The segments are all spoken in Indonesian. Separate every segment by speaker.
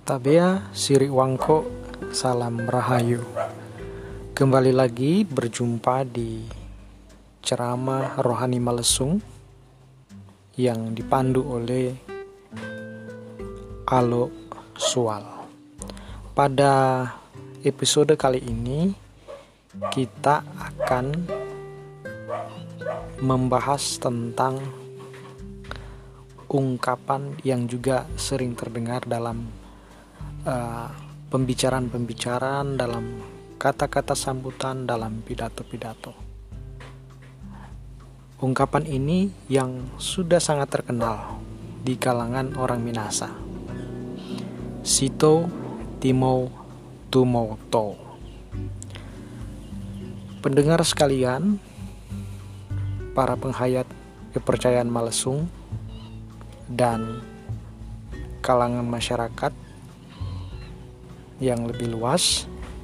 Speaker 1: Tabea Siri Wangko, salam rahayu. Kembali lagi berjumpa di ceramah Rohani Malesung yang dipandu oleh Alo Sual. Pada episode kali ini kita akan membahas tentang ungkapan yang juga sering terdengar dalam pembicaraan-pembicaraan, dalam kata-kata sambutan, dalam pidato-pidato. Ungkapan ini yang sudah sangat terkenal di kalangan orang Minahasa. Sito Timou Tumou To. Pendengar sekalian, para penghayat kepercayaan Malesung dan kalangan masyarakat yang lebih luas,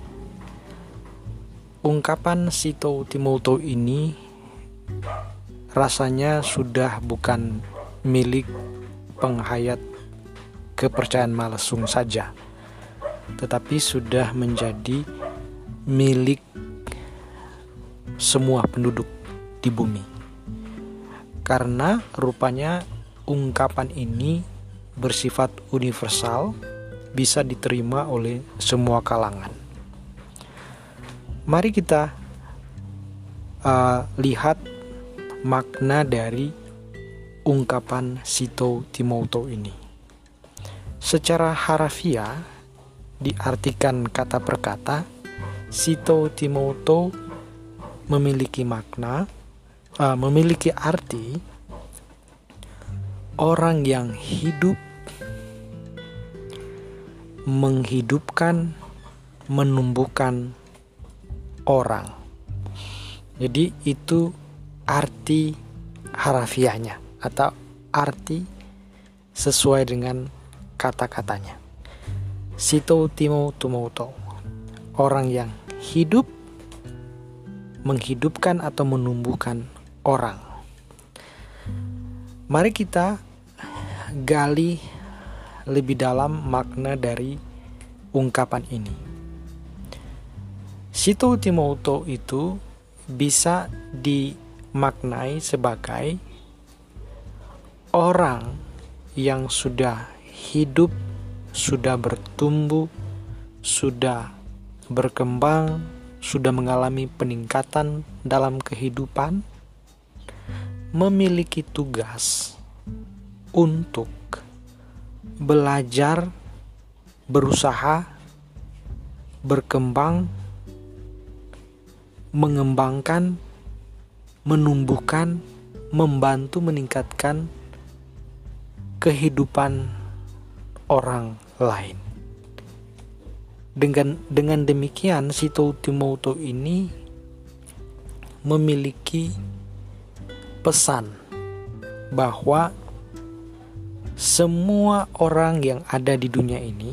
Speaker 1: ungkapan Sito Timou To ini rasanya sudah bukan milik penghayat kepercayaan Malesung saja, tetapi sudah menjadi milik semua penduduk di bumi. Karena rupanya ungkapan ini bersifat universal, bisa diterima oleh semua kalangan. Mari kita lihat makna dari ungkapan Sito Timou To ini. Secara harafiah diartikan kata per kata, Sito Timou To memiliki makna, memiliki arti orang yang hidup, menghidupkan, menumbuhkan orang. Jadi itu arti harafiahnya atau arti sesuai dengan kata-katanya. Sito Timou To, orang yang hidup, menghidupkan atau menumbuhkan orang. Mari kita gali lebih dalam makna dari ungkapan ini. Sito Timou To itu bisa dimaknai sebagai orang yang sudah hidup, sudah bertumbuh, sudah berkembang, sudah mengalami peningkatan dalam kehidupan, memiliki tugas untuk belajar, berusaha, berkembang, mengembangkan, menumbuhkan, membantu meningkatkan kehidupan orang lain. Dengan demikian, Sito Timou To ini memiliki pesan bahwa semua orang yang ada di dunia ini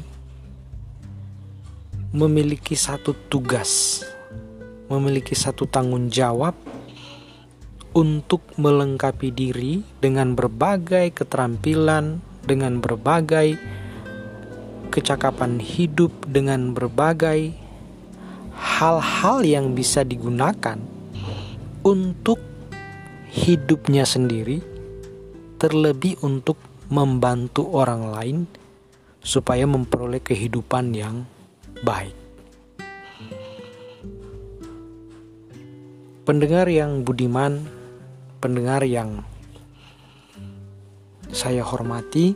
Speaker 1: memiliki satu tugas, memiliki satu tanggung jawab untuk melengkapi diri dengan berbagai keterampilan, dengan berbagai kecakapan hidup, dengan berbagai hal-hal yang bisa digunakan untuk hidupnya sendiri, terlebih untuk membantu orang lain supaya memperoleh kehidupan yang baik. Pendengar yang budiman, pendengar yang saya hormati,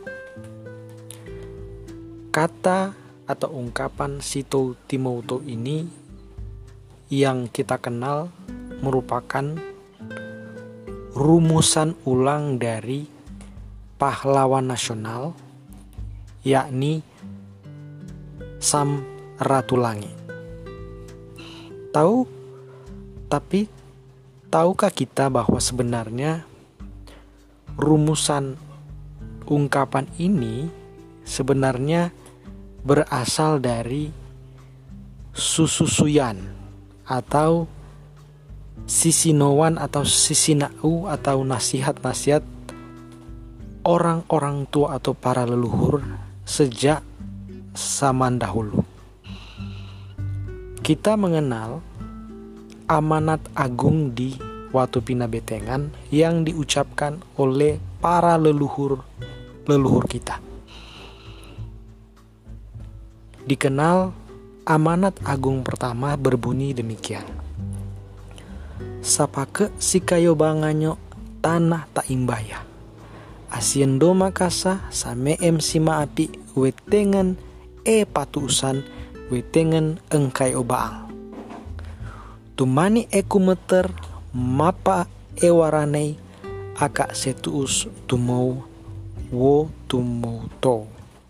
Speaker 1: kata atau ungkapan Sito Timou To ini yang kita kenal merupakan rumusan ulang dari pahlawan nasional, yakni Sam Ratulangi. Tahukah kita bahwa sebenarnya rumusan ungkapan ini sebenarnya berasal dari sususuyan atau sisinowan atau sisinau atau nasihat-nasihat orang-orang tua atau para leluhur sejak zaman dahulu. Kita mengenal amanat agung di Watu Pina Betengan yang diucapkan oleh para leluhur kita. Dikenal amanat agung pertama berbunyi demikian. Sapake sikayo banganyo tanah tak imbaya. Asiendo makasa sameem sima api wetengan patusan wetengan engkai obaang. Tumani meter mapa waranei aka setuus tumau wo tumau to.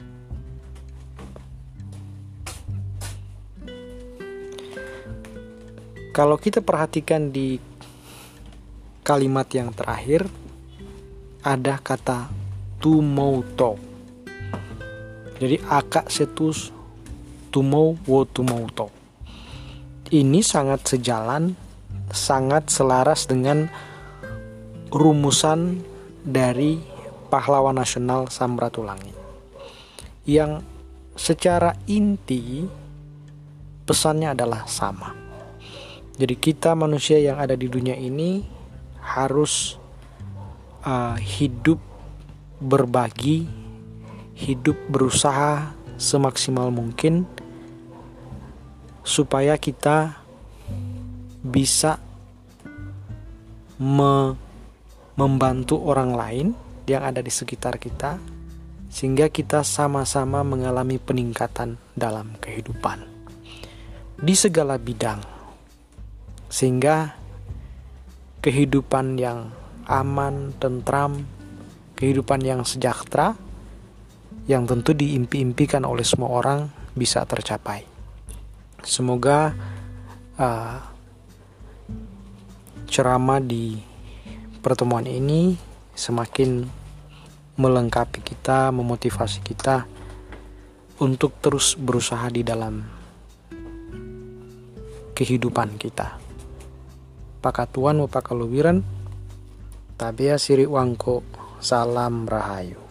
Speaker 1: Kalau kita perhatikan di kalimat yang terakhir ada kata tumau to. Jadi aka setus tumau wo tumau to. Ini sangat sejalan, sangat selaras dengan rumusan dari pahlawan nasional Samratulangi yang secara inti pesannya adalah sama. Jadi kita manusia yang ada di dunia ini harus hidup berbagi, hidup berusaha semaksimal mungkin supaya kita bisa membantu orang lain yang ada di sekitar kita sehingga kita sama-sama mengalami peningkatan dalam kehidupan di segala bidang. Sehingga kehidupan yang aman, tentram, kehidupan yang sejahtera yang tentu diimpi-impikan oleh semua orang bisa tercapai. Semoga ceramah di pertemuan ini semakin melengkapi kita, memotivasi kita untuk terus berusaha di dalam kehidupan kita. Pakatuan mapakaluwiran, tabea siri wangko, salam rahayu.